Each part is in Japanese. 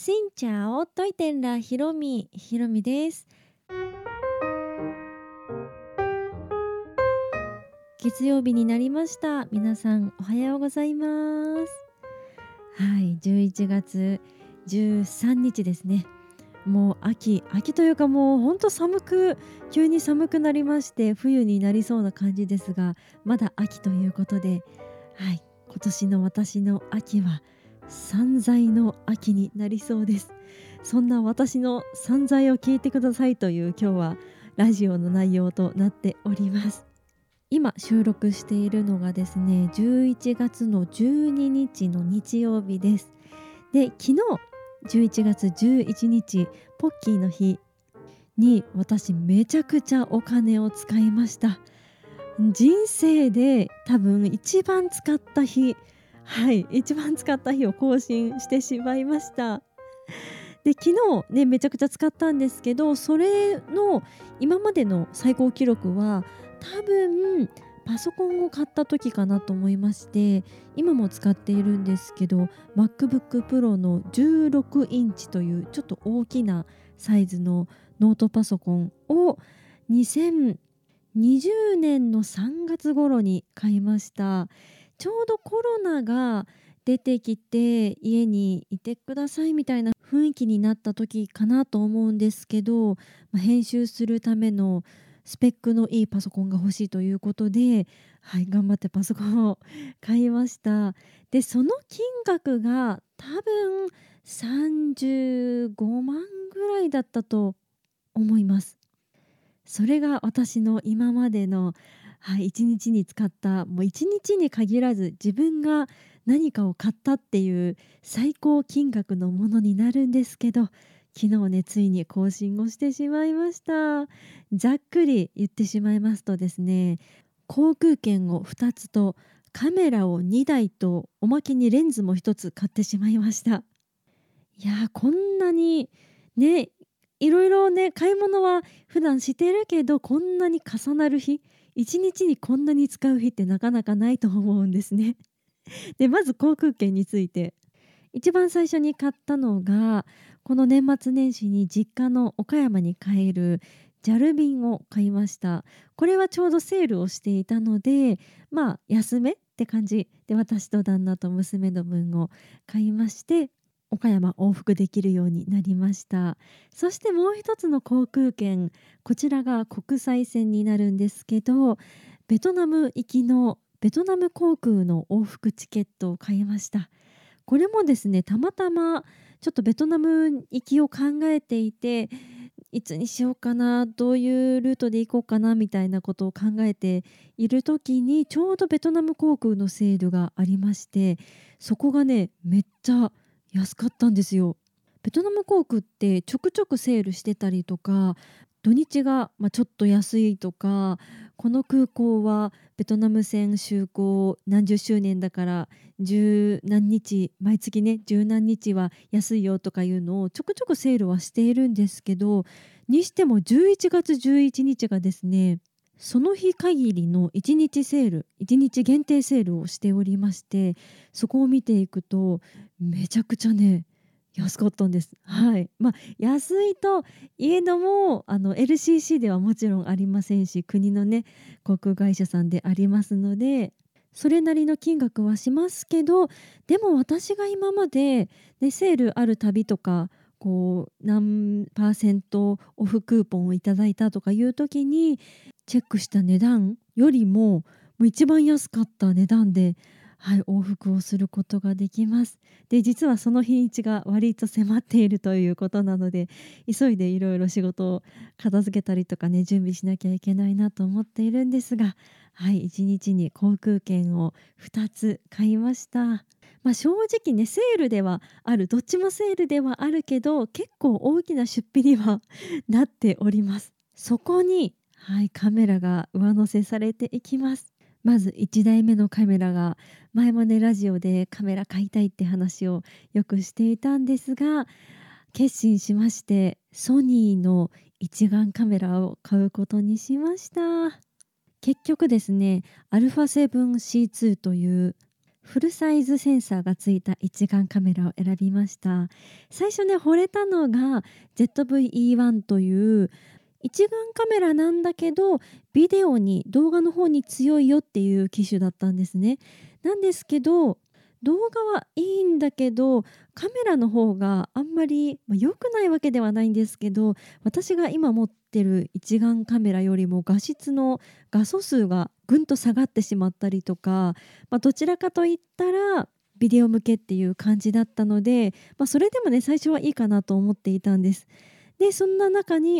しんちゃおといてんらひろみです。月曜日になりました。皆さんおはようございます。はい、11月13日ですね。もう秋というか、もうほんと急に寒くなりまして、冬になりそうな感じですが、まだ秋ということで、はい、今年の私の秋は散財の秋になりそうです。そんな私の散財を聞いてくださいという今日はラジオの内容となっております。今収録しているのがですね、11月の12日の日曜日です。で、昨日11月11日ポッキーの日に私めちゃくちゃお金を使いました。人生で多分一番使った日、はい、一番使った日を更新してしまいました。で、昨日ね、めちゃくちゃ使ったんですけど、それの今までの最高記録は多分パソコンを買った時かなと思いまして、今も使っているんですけど MacBook Pro の16インチというちょっと大きなサイズのノートパソコンを2020年の3月頃に買いました。ちょうどコロナが出てきて家にいてくださいみたいな雰囲気になった時かなと思うんですけど、編集するためのスペックのいいパソコンが欲しいということで、はい、頑張ってパソコンを買いました。で、その金額が多分35万ぐらいだったと思います。それが私の今までの、はい、1日に使った、もう1日に限らず自分が何かを買ったっていう最高金額のものになるんですけど、昨日ねついに更新をしてしまいました。ざっくり言ってしまいますとですね、航空券を2つとカメラを2台とおまけにレンズも1つ買ってしまいました。いや、こんなにね、いろいろね、買い物は普段してるけど、こんなに重なる日、1日にこんなに使う日ってなかなかないと思うんですね。で、まず航空券について。一番最初に買ったのが、この年末年始に実家の岡山に帰る JAL 便を買いました。これはちょうどセールをしていたので、安めって感じで、私と旦那と娘の分を買いまして、岡山往復できるようになりました。そしてもう一つの航空券、こちらが国際線になるんですけど、ベトナム行きのベトナム航空の往復チケットを買いました。これもですね、たまたまちょっとベトナム行きを考えていて、いつにしようかな、どういうルートで行こうかなみたいなことを考えている時に、ちょうどベトナム航空のセールがありまして、そこがね、めっちゃ安かったんですよ。ベトナム航空ってちょくちょくセールしてたりとか、土日がちょっと安いとか、この空港はベトナム線就航何十周年だから十何日、毎月ね十何日は安いよとかいうのをちょくちょくセールはしているんですけど、にしても11月11日がですね、その日限りの1日セール、1日限定セールをしておりまして、そこを見ていくとめちゃくちゃね安かったんです。はい。安いといえども、LCC ではもちろんありませんし、国のね、航空会社さんでありますので、それなりの金額はしますけど、でも私が今まで、ね、セールあるたびとか、こう何パーセントオフクーポンをいただいたとかいう時にチェックした値段よりも、もう一番安かった値段で、はい、往復をすることができます。で、実はその日にちが割と迫っているということなので、急いでいろいろ仕事を片付けたりとかね、準備しなきゃいけないなと思っているんですが、はい、1日に航空券を2つ買いました。正直ね、セールではある、どっちもセールではあるけど、結構大きな出費にはなっております。そこに、はい、カメラが上乗せされていきます。まず1台目のカメラが、前もねラジオでカメラ買いたいって話をよくしていたんですが、決心しましてソニーの一眼カメラを買うことにしました。結局ですね、α7C2 というフルサイズセンサーがついた一眼カメラを選びました。最初ね、惚れたのが ZV-E1 という一眼カメラなんだけど、ビデオに動画の方に強いよっていう機種だったんですね。なんですけど、動画はいいんだけど、カメラの方があんまり、良くないわけではないんですけど、私が今持ってる一眼カメラよりも画質の画素数がぐんと下がってしまったりとか、どちらかといったらビデオ向けっていう感じだったので、それでもね、最初はいいかなと思っていたんです。で、そんな中に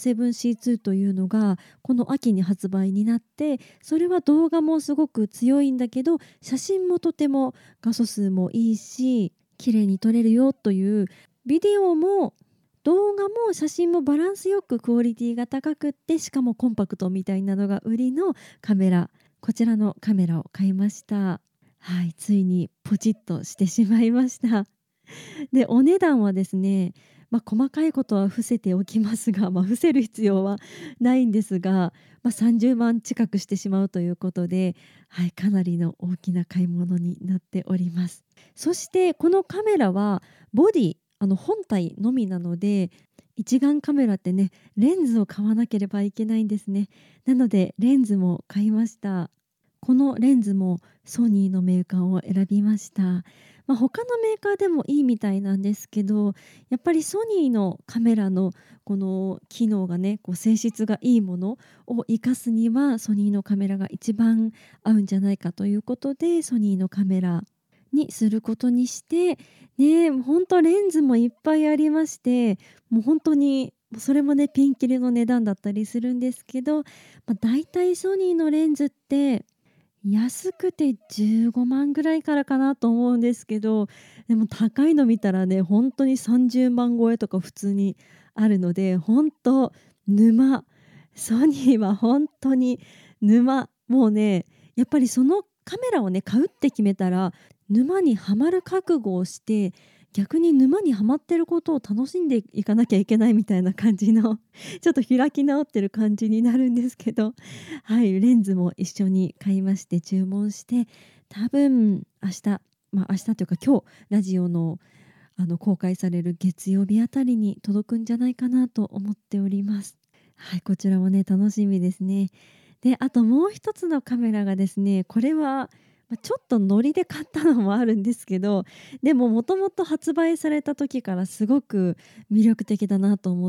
α7C2 というのがこの秋に発売になって、それは動画もすごく強いんだけど、写真もとても画素数もいいし、綺麗に撮れるよという、ビデオも動画も写真もバランスよくクオリティが高くって、しかもコンパクトみたいなのが売りのカメラ、こちらのカメラを買いました。はい、ついにポチッとしてしまいました。で、お値段はですね、細かいことは伏せておきますが、伏せる必要はないんですが、30万近くしてしまうということで、はい、かなりの大きな買い物になっております。そしてこのカメラはボディ、本体のみなので、一眼カメラってね、レンズを買わなければいけないんですね。なのでレンズも買いました。このレンズもソニーのメーカーを選びました。他のメーカーでもいいみたいなんですけど、やっぱりソニーのカメラのこの機能がね、こう性質がいいものを生かすにはソニーのカメラが一番合うんじゃないかということで、ソニーのカメラにすることにして、ね、本当レンズもいっぱいありまして、もう本当にそれもね、ピンキリの値段だったりするんですけど、だいたいソニーのレンズって安くて15万ぐらいからかなと思うんですけど、でも高いの見たらね、本当に30万超えとか普通にあるので、本当沼。ソニーは本当に沼。もうね、やっぱりそのカメラをね、買うって決めたら、沼にはまる覚悟をして、逆に沼にはまってることを楽しんでいかなきゃいけないみたいな感じのちょっと開き直ってる感じになるんですけど、はい、レンズも一緒に買いまして注文して、多分明日、明日というか今日ラジオの公開される月曜日あたりに届くんじゃないかなと思っております。はい、こちらもね、楽しみですね。で、あともう一つのカメラがですね、これは、ちょっとノリで買ったのもあるんですけど、でももともと発売された時からすごく魅力的だなと思って、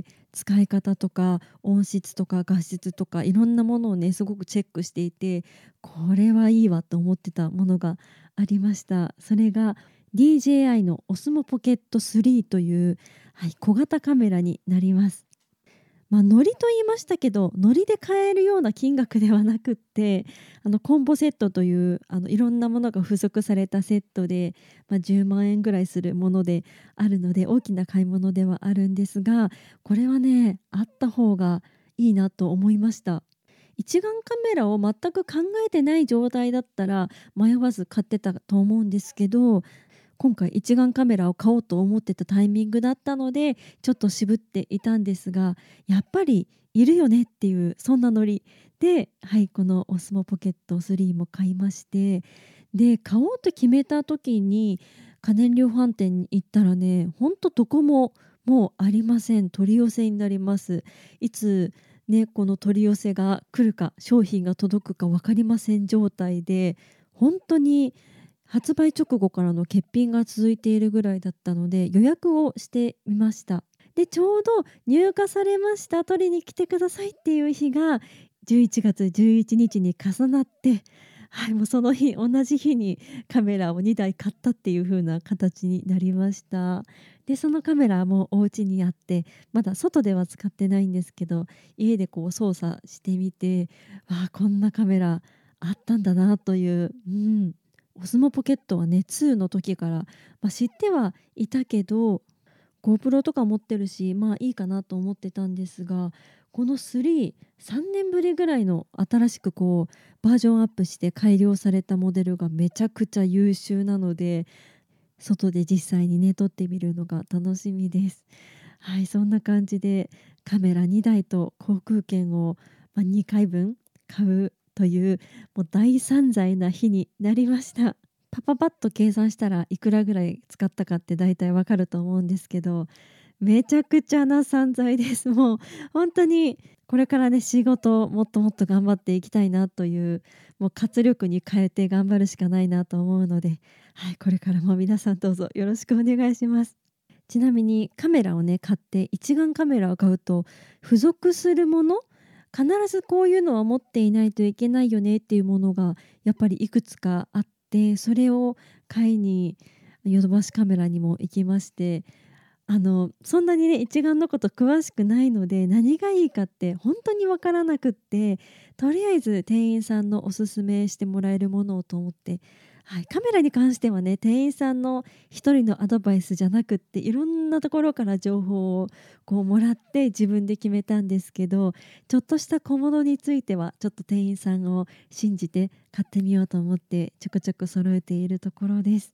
使い方とか音質とか画質とかいろんなものをね、すごくチェックしていて、これはいいわと思ってたものがありました。それが DJI の Osmo Pocket 3という、はい、小型カメラになります。ノリと言いましたけど、ノリで買えるような金額ではなくって、コンボセットといういろんなものが付属されたセットで、10万円ぐらいするものであるので、大きな買い物ではあるんですが、これはね、あった方がいいなと思いました。一眼カメラを全く考えてない状態だったら迷わず買ってたと思うんですけど、今回一眼カメラを買おうと思ってたタイミングだったので、ちょっと渋っていたんですが、やっぱりいるよねっていう、そんなノリで、はい、このオスモポケット3も買いまして、で買おうと決めた時に家電量販店に行ったらね、ほんとどこももうありません。取り寄せになります。いつね、この取り寄せが来るか、商品が届くか分かりません状態で、本当に発売直後からの欠品が続いているぐらいだったので、予約をしてみました。で、ちょうど入荷されました、取りに来てくださいっていう日が11月11日にちに重なって、はい、もうその日同じ日にカメラを2台買ったっていう風な形になりました。で、そのカメラもお家にあって、まだ外では使ってないんですけど、家でこう操作してみて、わあ、こんなカメラあったんだなという、オスモポケットはね、2の時から、知ってはいたけど、GoPro とか持ってるし、いいかなと思ってたんですが、この3、3年ぶりぐらいの新しくこうバージョンアップして改良されたモデルがめちゃくちゃ優秀なので、外で実際にね、撮ってみるのが楽しみです。はい、そんな感じでカメラ2台と航空券を、2回分買うという、もう大散財な日になりました。 パパパッと計算したらいくらぐらい使ったかってだいたいわかると思うんですけど、めちゃくちゃな散財です。もう本当にこれからね、仕事をもっともっと頑張っていきたいなという、もう活力に変えて頑張るしかないなと思うので、はい、これからも皆さんどうぞよろしくお願いします。ちなみにカメラをね買って、一眼カメラを買うと付属するもの、必ずこういうのは持っていないといけないよねっていうものがやっぱりいくつかあって、それを買いにヨドバシカメラにも行きまして、そんなにね一眼のこと詳しくないので、何がいいかって本当にわからなくって、とりあえず店員さんのおすすめしてもらえるものをと思って、はい、カメラに関してはね、店員さんの一人のアドバイスじゃなくって、いろんなところから情報をこうもらって自分で決めたんですけど、ちょっとした小物についてはちょっと店員さんを信じて買ってみようと思ってちょこちょこ揃えているところです。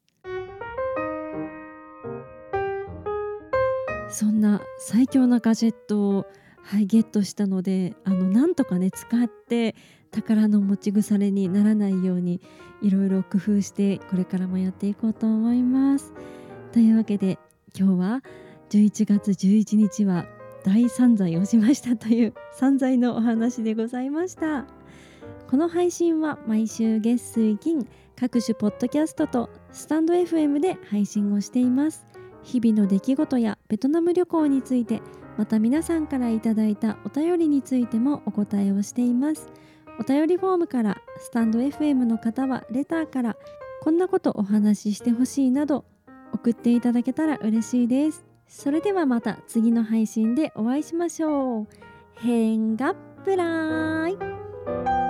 そんな最強なガジェットを、はい、ゲットしたので、なんとかね使って宝の持ち腐れにならないようにいろいろ工夫してこれからもやっていこうと思います。というわけで今日は11月11日は大散財をしましたという散財のお話でございました。この配信は毎週月水金各種ポッドキャストとスタンド FM で配信をしています。日々の出来事やベトナム旅行について、また皆さんからいただいたお便りについてもお答えをしています。お便りフォームから、スタンド FM の方はレターから、こんなことお話ししてほしいなど送っていただけたら嬉しいです。それではまた次の配信でお会いしましょう。変がプライ